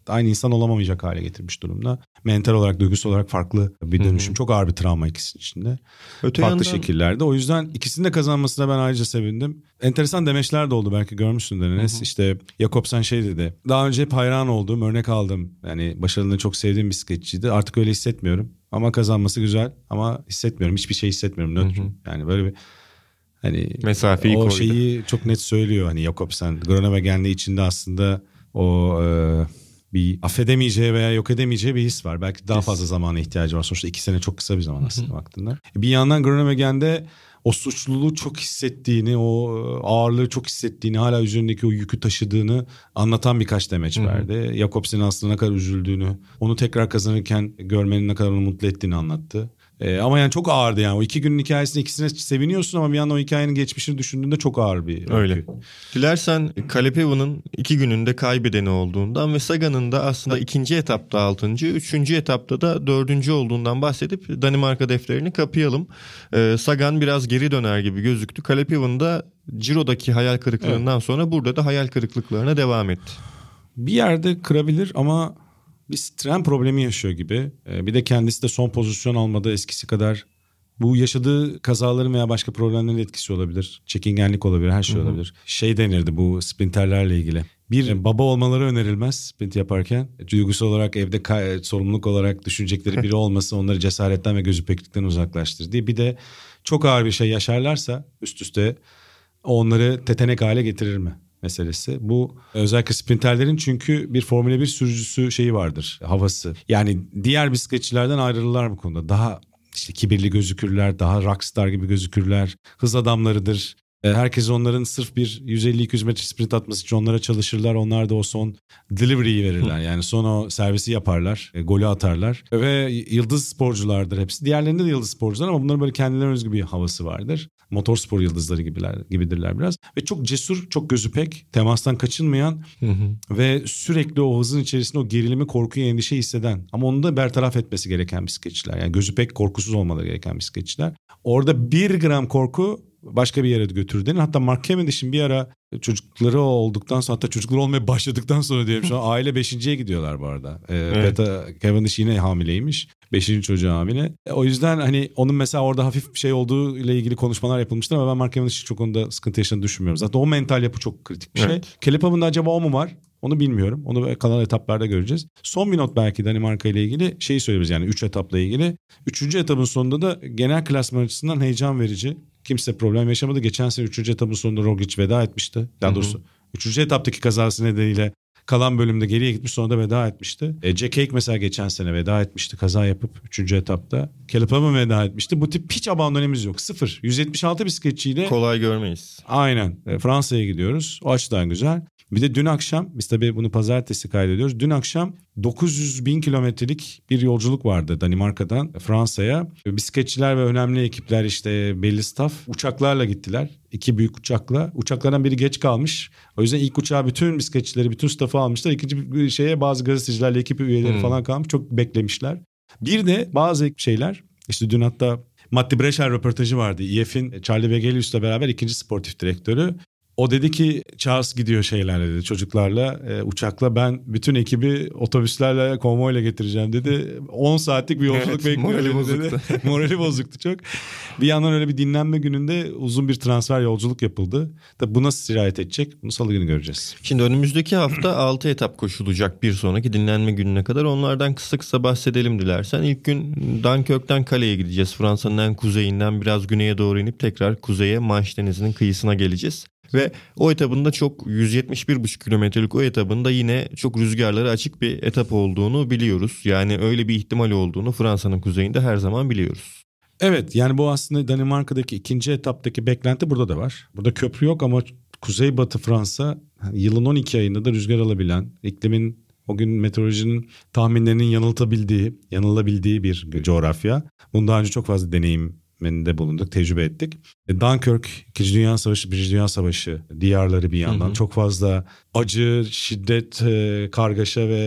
aynı insan olamamayacak hale getirmiş durumda. Mental olarak, duygusal olarak farklı bir dönüşüm. Hı-hı. Çok ağır bir travma ikisinin içinde. Öte farklı yandan... şekillerde. O yüzden ikisinin de kazanmasına ben ayrıca sevindim. Enteresan demeçler de oldu, belki görmüşsündür Enes. İşte Jakobsen şey dedi. Daha önce hep hayran olduğum, örnek aldım. Yani başarılarını çok sevdiğim bir skeççiydi. Artık öyle hissetmiyorum. Ama kazanması güzel. Ama hissetmiyorum. Hiçbir şey hissetmiyorum. Nötrüm. Yani böyle bir hani mesafeyi o koydu. Şeyi çok net söylüyor hani Jakobsen. Groenewägen'de içinde aslında o e, bir affedemeyeceği veya yok edemeyeceği bir his var. Belki daha fazla zamana ihtiyacı var. Sonuçta iki sene çok kısa bir zaman aslında baktığında. Bir yandan Groenewägen'de o suçluluğu çok hissettiğini, o ağırlığı çok hissettiğini, hala üzerindeki o yükü taşıdığını anlatan birkaç demeç verdi. Jakobsen'in aslında ne kadar üzüldüğünü, onu tekrar kazanırken görmenin ne kadar onu mutlu ettiğini anlattı. Ee, ama yani çok ağırdı yani. O iki günün hikayesinde ikisine seviniyorsun ama bir yandan o hikayenin geçmişini düşündüğünde çok ağır bir öykü. Öyle. Dilersen Kalepevi'nin iki gününde kaybedeni olduğundan ve Sagan'ın da aslında ikinci etapta altıncı, üçüncü etapta da dördüncü olduğundan bahsedip Danimarka defterini kapayalım. Ee, Sagan biraz geri döner gibi gözüktü. Kalepevi'nin de Ciro'daki hayal kırıklığından evet. sonra burada da hayal kırıklıklarına devam etti. Bir yerde kırabilir ama bir tren problemi yaşıyor gibi. Bir de kendisi de son pozisyon almadı eskisi kadar. Bu yaşadığı kazaların veya başka problemlerin etkisi olabilir. Çekingenlik olabilir, her şey Hı-hı. olabilir. Şey denirdi bu sprinterlerle ilgili. Bir baba olmaları önerilmez sprint yaparken. Duygusal olarak evde kay- sorumluluk olarak düşünecekleri biri olması onları cesaretten ve gözü peklikten uzaklaştırır diye. Bir de çok ağır bir şey yaşarlarsa üst üste onları tetenek hale getirir mi meselesi. Bu özellikle sprinterlerin çünkü bir Formula bir sürücüsü şeyi vardır, havası. Yani diğer bisikletçilerden ayrılırlar bu konuda. Daha işte kibirli gözükürler, daha rockstar gibi gözükürler. Hız adamlarıdır. Herkes onların sırf bir yüz elli iki yüz metre sprint atması için onlara çalışırlar. Onlar da o son delivery'yi verirler. Yani son o servisi yaparlar, e, golü atarlar. Ve yıldız sporculardır hepsi. Diğerlerinde de yıldız sporcular ama bunların böyle kendilerine özgü bir havası vardır. Motorspor yıldızları gibiler, gibidirler biraz. Ve çok cesur, çok gözü pek, temastan kaçınmayan ve sürekli o hızın içerisinde o gerilimi, korkuyu, endişe hisseden ama onu da bertaraf etmesi gereken bisikletçiler. Yani gözü pek korkusuz olmaları gereken bisikletçiler. Orada bir gram korku başka bir yere götürdü. Hatta Mark Cavendish'in bir ara çocukları olduktan sonra, hatta çocukları olmaya başladıktan sonra diyelim, şu an aile beşinciye gidiyorlar bu arada. Ee, evet. Beta Cavendish yine hamileymiş. Beşinci çocuğu hamile. O yüzden hani onun mesela orada hafif bir şey olduğu ile ilgili konuşmalar yapılmıştır ama ben Mark Cavendish'in çok onda sıkıntı yaşadığını düşünmüyorum. Zaten o mental yapı çok kritik bir şey. Evet. Kelepav'ın acaba o mu var? Onu bilmiyorum. Onu kalan etaplarda göreceğiz. Son bir not belki Danimarka ile ilgili şeyi söyleriz yani üç etapla ilgili. Üçüncü etapın sonunda da genel klasman açısından heyecan verici. Kimse problem yaşamadı. Geçen sene üçüncü etapın sonunda Roglic veda etmişti. Daha doğrusu üçüncü etaptaki kazası nedeniyle kalan bölümde geriye gitmiş, sonra da veda etmişti. E, Jack Haig mesela geçen sene veda etmişti kaza yapıp üçüncü etapta. Kelepav'ın veda etmişti. Bu tip hiç abandonemiz yok. Sıfır. yüz yetmiş altı bisikletçiyle. Kolay görmeyiz. Aynen. E, Fransa'ya gidiyoruz. O açıdan güzel. Bir de dün akşam, biz tabii bunu pazartesi kaydediyoruz. Dün akşam dokuz yüz bin kilometrelik bir yolculuk vardı Danimarka'dan Fransa'ya. Bisikletçiler ve önemli ekipler, işte belli staff uçaklarla gittiler. İki büyük uçakla. Uçaklardan biri geç kalmış. O yüzden ilk uçağa bütün bisikletçileri, bütün staff'ı almışlar. İkinci bir şeye bazı gazetecilerle ekip üyeleri hmm. falan kalmış. Çok beklemişler. Bir de bazı şeyler, işte dün hatta Matti Breschel röportajı vardı. İ F'in Charlie Vegelius'la beraber ikinci sportif direktörü. O dedi ki Charles gidiyor şeylerle dedi, çocuklarla e, uçakla, ben bütün ekibi otobüslerle, konvoyla getireceğim dedi. on saatlik bir yolculuk evet, bekliyor. Morali bozuktu. Morali bozuktu çok. Bir yandan öyle bir dinlenme gününde uzun bir transfer yolculuk yapıldı. Tabii bu nasıl sirayet edecek? Bunu salı günü göreceğiz. Şimdi önümüzdeki hafta altı etap koşulacak bir sonraki dinlenme gününe kadar. Onlardan kısa kısa bahsedelim dilersen. İlk gün Dunkirk'ten Calaise'e gideceğiz. Fransa'nın en kuzeyinden biraz güneye doğru inip tekrar kuzeye Manş Denizi'nin kıyısına geleceğiz. Ve o etabında çok yüz yetmiş bir buçuk kilometrelik o etabında yine çok rüzgarlara açık bir etap olduğunu biliyoruz. Yani öyle bir ihtimal olduğunu Fransa'nın kuzeyinde her zaman biliyoruz. Evet, yani bu aslında Danimarka'daki ikinci etaptaki beklenti burada da var. Burada köprü yok ama kuzeybatı Fransa yılın on iki ayında da rüzgar alabilen, iklimin o gün meteorolojinin tahminlerinin yanıltabildiği, yanılabildiği bir coğrafya. Bunu daha önce çok fazla deneyim de bulunduk, tecrübe ettik. Dunkirk, İkinci Dünya Savaşı, Birinci Dünya Savaşı diyarları bir yandan. Hı hı. Çok fazla acı, şiddet, kargaşa ve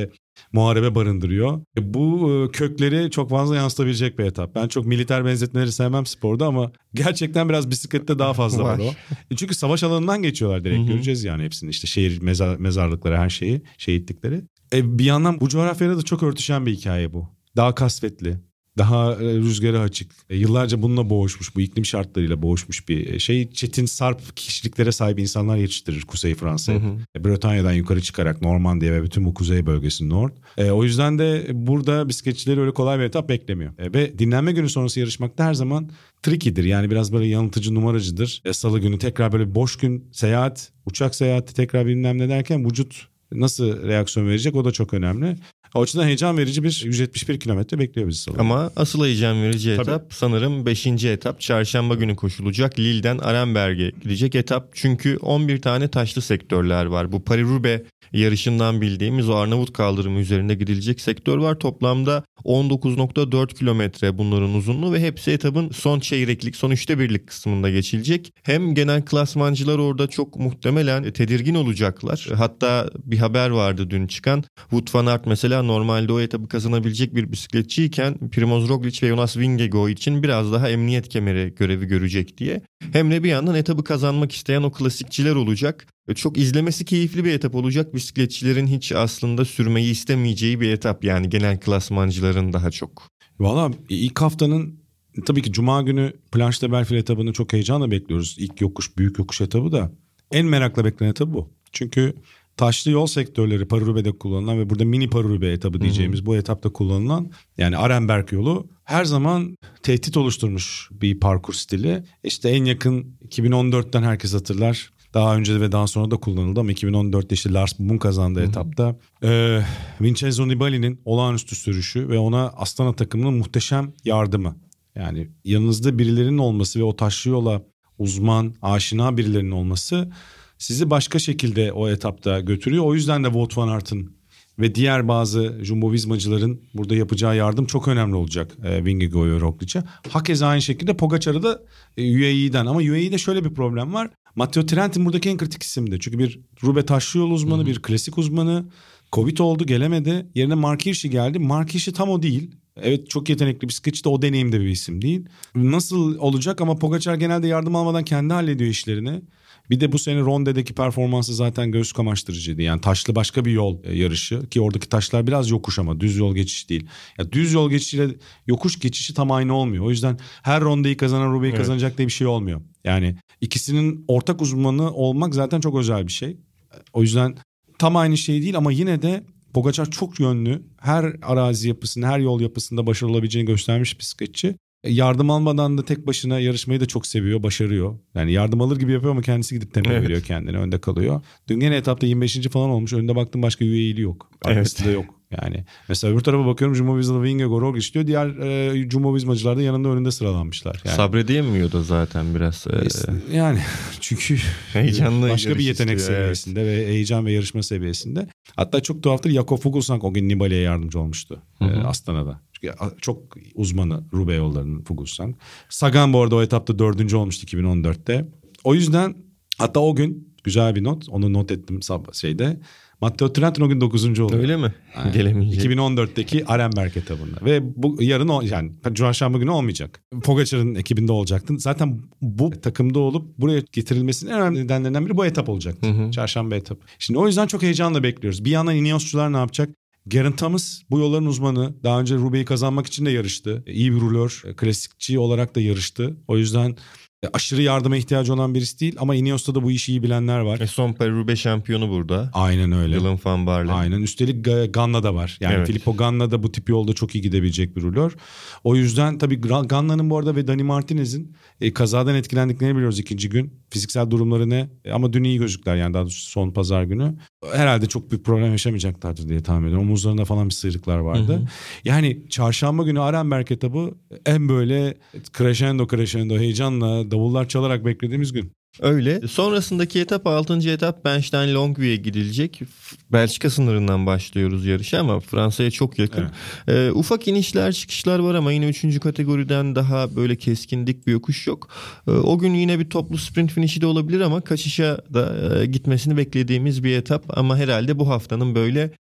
muharebe barındırıyor. E, bu e, kökleri çok fazla yansıtabilecek bir etap. Ben çok militer benzetmeleri sevmem sporda ama gerçekten biraz bisiklette daha fazla var, var o. E, çünkü savaş alanından geçiyorlar direkt. Hı-hı. Göreceğiz yani hepsini, işte şehir mezar, mezarlıkları, her şeyi, şehitlikleri. E, bir yandan bu coğrafyada da çok örtüşen bir hikaye bu. Daha kasvetli, daha e, rüzgara açık. E, yıllarca bununla boğuşmuş, bu iklim şartlarıyla boğuşmuş bir şey. Çetin, sarp kişiliklere sahip insanlar yetiştirir Kuzey Fransa'ya. E, Bretanya'dan yukarı çıkarak Normandiya ve bütün bu kuzey bölgesi Nord. E, o yüzden de burada bisikletçileri öyle kolay bir etap beklemiyor. E, ve dinlenme günü sonrası yarışmakta her zaman tricky'dir. Yani biraz böyle yanıltıcı, numaracıdır. E, Salı günü tekrar böyle boş gün seyahat, uçak seyahati, tekrar bilmem ne derken vücut nasıl reaksiyon verecek, o da çok önemli. O açıdan heyecan verici bir yüz yetmiş bir kilometre bekliyor bizi salı. Ama asıl heyecan verici etap Tabii. sanırım beşinci etap. Çarşamba günü koşulacak. Lille'den Arenberg'e gidecek etap. Çünkü on bir tane taşlı sektörler var. Bu Paris-Roubaix yarışından bildiğimiz o Arnavut kaldırımı üzerinde gidilecek sektör var. Toplamda on dokuz nokta dört kilometre bunların uzunluğu ve hepsi etapın son çeyreklik, son üçte birlik kısmında geçilecek. Hem genel klasmancılar orada çok muhtemelen tedirgin olacaklar. Hatta bir haber vardı dün çıkan. Wout van Aert mesela normalde o etabı kazanabilecek bir bisikletçiyken Primož Roglič ve Jonas Vingegaard için biraz daha emniyet kemeri görevi görecek diye. Hem de bir yandan etabı kazanmak isteyen o klasikçiler olacak. Çok izlemesi keyifli bir etap olacak. Bisikletçilerin hiç aslında sürmeyi istemeyeceği bir etap, yani genel klasmancıların daha çok. Valla ilk haftanın tabii ki Cuma günü Planche de Belfi etabını çok heyecanla bekliyoruz. İlk yokuş, büyük yokuş etabı da en merakla beklenen etabı bu. Çünkü taşlı yol sektörleri Paris-Roubaix'de kullanılan ve burada mini Paris-Roubaix etabı diyeceğimiz Hı-hı. bu etapta kullanılan, yani Arenberg yolu her zaman tehdit oluşturmuş bir parkur stili. İşte en yakın iki bin on dörtten herkes hatırlar. Daha önce ve daha sonra da kullanıldı ama iki bin on dörtte işte Lars Boom kazandığı Hı-hı. etapta e, Vincenzo Nibali'nin olağanüstü sürüşü ve ona Astana takımının muhteşem yardımı. Yani yanınızda birilerinin olması ve o taşlı yola uzman, aşina birilerinin olması sizi başka şekilde o etapta götürüyor. O yüzden de Wout van Aert'ın ve diğer bazı Jumbo-Vismacıların burada yapacağı yardım çok önemli olacak e, Vingegaard ve Roglic'e. Hakeza aynı şekilde Pogacar'ı da e, U A E'den, ama U A E'de şöyle bir problem var. Matteo Trentin buradaki en kritik isimdi. Çünkü bir Roubaix taşlı yol uzmanı, Hı-hı. bir klasik uzmanı. Covid oldu, gelemedi. Yerine Mark Hirschi geldi. Mark Hirschi tam o değil. Evet, çok yetenekli bisikletçi de o deneyimde bir isim değil. Nasıl olacak, ama Pogacar genelde yardım almadan kendi hallediyor işlerini. Bir de bu sene Ronde'deki performansı zaten göğüs kamaştırıcıydı. Yani taşlı başka bir yol yarışı, ki oradaki taşlar biraz yokuş ama düz yol geçişi değil. Ya düz yol geçişiyle yokuş geçişi tam aynı olmuyor. O yüzden her Ronde'yi kazanan Roubaix'i evet. kazanacak diye bir şey olmuyor. Yani ikisinin ortak uzmanı olmak zaten çok özel bir şey. O yüzden tam aynı şey değil ama yine de Pogacar çok yönlü. Her arazi yapısında, her yol yapısında başarılı olabileceğini göstermiş bisikletçi. Yardım almadan da tek başına yarışmayı da çok seviyor, başarıyor. Yani yardım alır gibi yapıyor ama kendisi gidip temel evet. veriyor kendine, önde kalıyor. Dün gene etapta yirmi beşinci falan olmuş. Önde baktım başka U A E'li yok. Arkasında evet. yok. Yani mesela öbür tarafa bakıyorum, Jumbo-Visma, Vingegaard, Roglič diyor. Diğer e, Jumbo-Vismacılar da yanında önünde sıralanmışlar. Yani. Sabredemiyor da zaten biraz. E, yani çünkü heyecanlı başka bir yetenek istiyor, seviyesinde evet. ve heyecan ve yarışma seviyesinde. Hatta çok tuhaftır, Jakob Fuglsang o gün Nibali'ye yardımcı olmuştu e, Astana'da. Çünkü çok uzmanı Roubaix yollarının Fuglsang. Sagan bu arada o etapta dördüncü olmuştu iki bin on dörtte. O yüzden hatta o gün güzel bir not, onu not ettim şeyde. Matteo Trentin o gün dokuzuncu oldu. Öyle mi? Yani Gelemeyecek. iki bin on dörtteki Arenberg etabında. Ve bu yarın o, yani Çarşamba günü olmayacak. Pogacar'ın ekibinde olacaktın. Zaten bu takımda olup buraya getirilmesinin en önemli nedenlerinden biri bu etap olacaktı. Hı hı. Çarşamba etap. Şimdi o yüzden çok heyecanla bekliyoruz. Bir yandan Ineos'çular ne yapacak? Geraint Thomas bu yolların uzmanı. Daha önce Roubaix'i kazanmak için de yarıştı. İyi bir rulör, klasikçi olarak da yarıştı. O yüzden aşırı yardıma ihtiyacı olan birisi değil ama Ineos'ta da bu işi iyi bilenler var. E son Paris-Roubaix şampiyonu burada. Aynen öyle. Dylan van Baarle. Aynen. Üstelik Ganna da var. Yani evet. Filippo Ganna da bu tip yolda çok iyi gidebilecek bir rulör. O yüzden tabii Ganna'nın bu arada ve Dani Martinez'in e, kazadan etkilendiklerini biliyoruz ikinci gün. Fiziksel durumları ne? E, ama dün iyi gözüktüler yani, daha doğrusu son pazar günü. Herhalde çok büyük problem yaşamayacaklardır diye tahmin ediyorum. Omuzlarında falan bir sıyrıklar vardı. Hı hı. Yani çarşamba günü Arenberg etabı en böyle crescendo crescendo heyecanla davullar çalarak beklediğimiz gün. Öyle. Sonrasındaki etap altıncı etap Benstein-Longuevi'ye gidilecek. Belçika sınırından başlıyoruz yarışa ama Fransa'ya çok yakın. Evet. Ee, ufak inişler çıkışlar var ama yine üçüncü kategoriden daha böyle keskindik bir yokuş yok. Ee, o gün yine bir toplu sprint finişi de olabilir ama kaçışa da e, gitmesini beklediğimiz bir etap. Ama herhalde bu haftanın böyle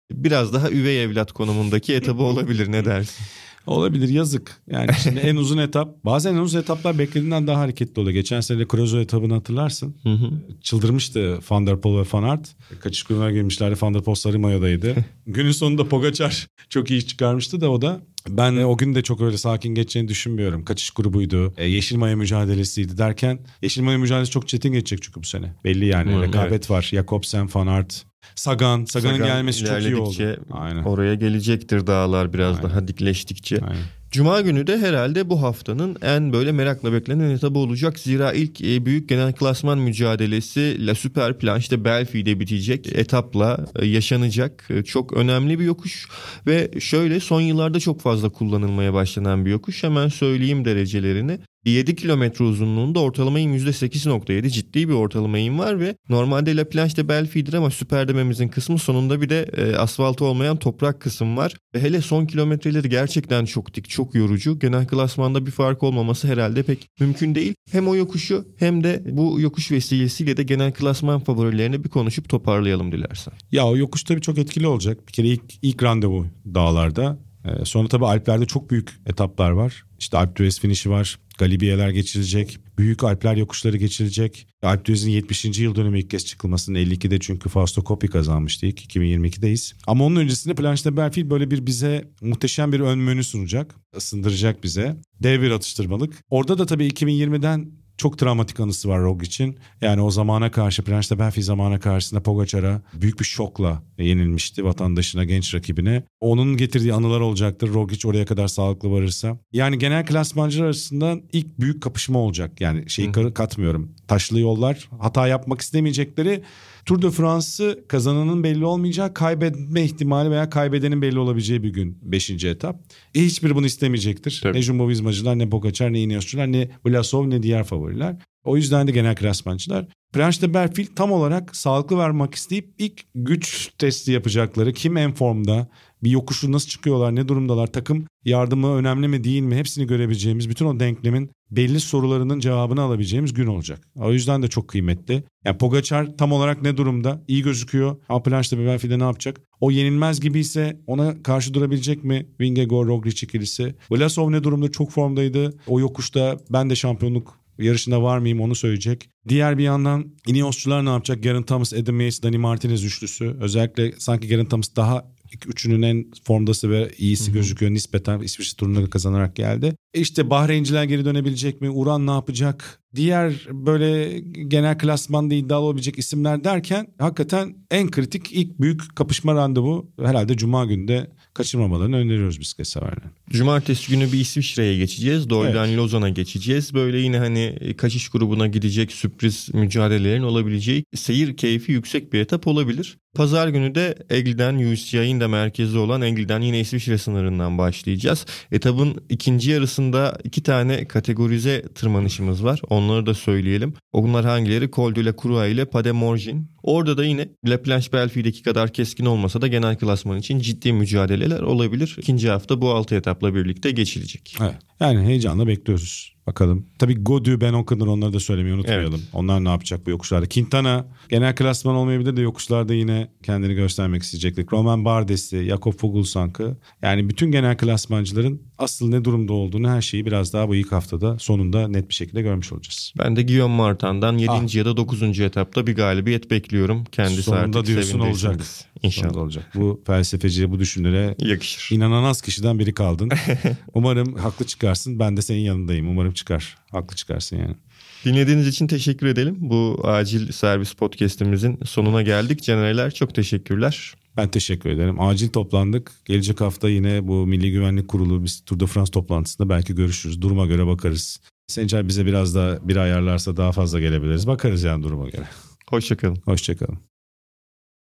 biraz daha üvey evlat konumundaki etabı olabilir, ne dersin? Olabilir, yazık. Yani şimdi en uzun etap, bazen en uzun etaplar beklediğinden daha hareketli oluyor. Geçen sene de Creusot etabını hatırlarsın. Hı hı. Çıldırmıştı Van der Poel ve Van Aert. Kaçış grubuna girmişlerdi. Van der Poel sarı mayodaydı. Günün sonunda Pogacar çok iyi çıkarmıştı da o da. Ben o gün de çok öyle sakin geçeceğini düşünmüyorum. Kaçış grubuydu, e, yeşil maya mücadelesiydi derken yeşil maya mücadelesi çok çetin geçecek çünkü bu sene. Belli yani, hmm, rekabet evet. var. Jakobsen, Van Aert, Sagan. Sagan'ın Sagan gelmesi çok iyi oldu. Aynen. Oraya gelecektir dağlar biraz Aynen. daha dikleştikçe. Aynen. Cuma günü de herhalde bu haftanın en böyle merakla beklenen etabı olacak. Zira ilk e, büyük genel klasman mücadelesi La Super Planche'de Belfi'de bitecek etapla e, yaşanacak. E, çok önemli bir yokuş ve şöyle son yıllarda çok fazla kullanılmaya başlanan bir yokuş. Hemen söyleyeyim derecelerini. yedi kilometre uzunluğunda ortalama eğim yüzde sekiz nokta yedi, ciddi bir ortalama eğim var ve normalde La Planche'de Belfi'dir ama süper dememizin kısmı sonunda bir de e, asfaltı olmayan toprak kısım var. Ve hele son kilometreleri gerçekten çok dik, çok yorucu. Genel klasmanda bir fark olmaması herhalde pek mümkün değil. Hem o yokuşu hem de bu yokuş vesilesiyle de genel klasman favorilerini bir konuşup toparlayalım dilersen. Ya o yokuş tabii çok etkili olacak. Bir kere ilk, ilk randevu dağlarda. Ee, sonra tabii Alplerde çok büyük etaplar var. İşte Alpe d'Huez finişi var. Galibiyeler geçilecek. Büyük Alpler yokuşları geçilecek. Alpe d'Huez'in yetmişinci yıl dönümü ilk kez çıkılmasının elli ikide çünkü Fausto Coppi kazanmıştı ilk. iki bin yirmi ikideyiz. Ama onun öncesinde Planche de Belfi böyle bir bize muhteşem bir ön menü sunacak. Isındıracak bize. Dev bir atıştırmalık. Orada da tabii iki bin yirmiden çok travmatik anısı var Rogic'in. Yani o zamana karşı, Planche de Belfi zamana karşısında Pogacar'a büyük bir şokla yenilmişti vatandaşına, genç rakibine. Onun getirdiği anılar olacaktır Roglic oraya kadar sağlıklı varırsa. Yani genel klasmancılar arasında ilk büyük kapışma olacak. Yani şeyi Hı. katmıyorum. Taşlı yollar, hata yapmak istemeyecekleri. Tour de France'ı kazananın belli olmayacağı, kaybetme ihtimali veya kaybedenin belli olabileceği bir gün beşinci etap. E hiçbiri bunu istemeyecektir. Tabii. Ne Jumbo-Vismacılar, ne Pogacar, ne Ineos'cular, ne Vlasov, ne diğer favoriler. O yüzden de genel klasmancılar. Planche de Belfi tam olarak sağlıklı vermek isteyip ilk güç testi yapacakları, kim en formda, bir yokuşu nasıl çıkıyorlar, ne durumdalar, takım yardımı önemli mi değil mi, hepsini görebileceğimiz, bütün o denklemin belli sorularının cevabını alabileceğimiz gün olacak. O yüzden de çok kıymetli. Yani Pogacar tam olarak ne durumda? İyi gözüküyor. Ama Planche de Belfi'de ne yapacak? O yenilmez gibiyse ona karşı durabilecek mi Vingegaard, Roglic ikilisi? Vlasov ne durumda? Çok formdaydı. O yokuşta ben de şampiyonluk yarışında var mıyım onu söyleyecek. Diğer bir yandan Ineos'cular ne yapacak? Geraint Thomas, Adam Yates, Dani Martinez üçlüsü. Özellikle sanki Geraint Thomas daha üçünün en formdası ve iyisi Hı-hı. gözüküyor nispeten. İsviçre turunu kazanarak geldi. E işte Bahreinciler geri dönebilecek mi? Uran ne yapacak? Diğer böyle genel klasmanda iddialı olabilecek isimler derken hakikaten en kritik ilk büyük kapışma randevu herhalde Cuma günde kaçırmamalarını öneriyoruz bisiklet severler. Cumartesi günü bir İsviçre'ye geçeceğiz. Doyle'den evet. Lozan'a geçeceğiz. Böyle yine hani kaçış grubuna gidecek sürpriz mücadelelerin olabileceği seyir keyfi yüksek bir etap olabilir. Pazar günü de Eggle'den U C I'nin de merkezi olan Eggle'den yine İsviçre sınırından başlayacağız. Etapın ikinci yarısında iki tane kategorize tırmanışımız var. Onları da söyleyelim. Onlar hangileri? Col de la Croix ile Pas de Morgin. Orada da yine La Planche Belfi'deki kadar keskin olmasa da genel klasman için ciddi mücadeleler olabilir. İkinci hafta bu altı etapla birlikte geçilecek. Evet. Yani heyecanla bekliyoruz. Bakalım. Tabii Gaudu, Ben O'Connor, onları da söylemeyi unutmayalım. Evet. Onlar ne yapacak bu yokuşlarda? Quintana genel klasman olmayabilir de yokuşlarda yine kendini göstermek isteyecektik. Romain Bardes'i, Jakob Fuglsank'ı, yani bütün genel klasmancıların asıl ne durumda olduğunu, her şeyi biraz daha bu ilk haftada sonunda net bir şekilde görmüş olacağız. Ben de Guillaume Martin'dan yedinci ah. ya da dokuzuncu etapta bir galibiyet bekliyorum. Kendisi sonunda artık diyorsun olacak. İnşallah sonunda olacak. Bu felsefeciye, bu düşünlere yakışır. İnanan az kişiden biri kaldın. Umarım haklı çıkarsın. Ben de senin yanındayım. Umarım çıkar. Haklı çıkarsın yani. Dinlediğiniz için teşekkür edelim. Bu acil servis podcast'imizin sonuna geldik. Caner'ler çok teşekkürler. Ben teşekkür ederim. Acil toplandık. Gelecek hafta yine bu Milli Güvenlik Kurulu biz Tour de France toplantısında belki görüşürüz. Duruma göre bakarız. Sencer bize biraz da bir ayarlarsa daha fazla gelebiliriz. Bakarız yani duruma göre. Hoşçakalın. Hoşçakalın.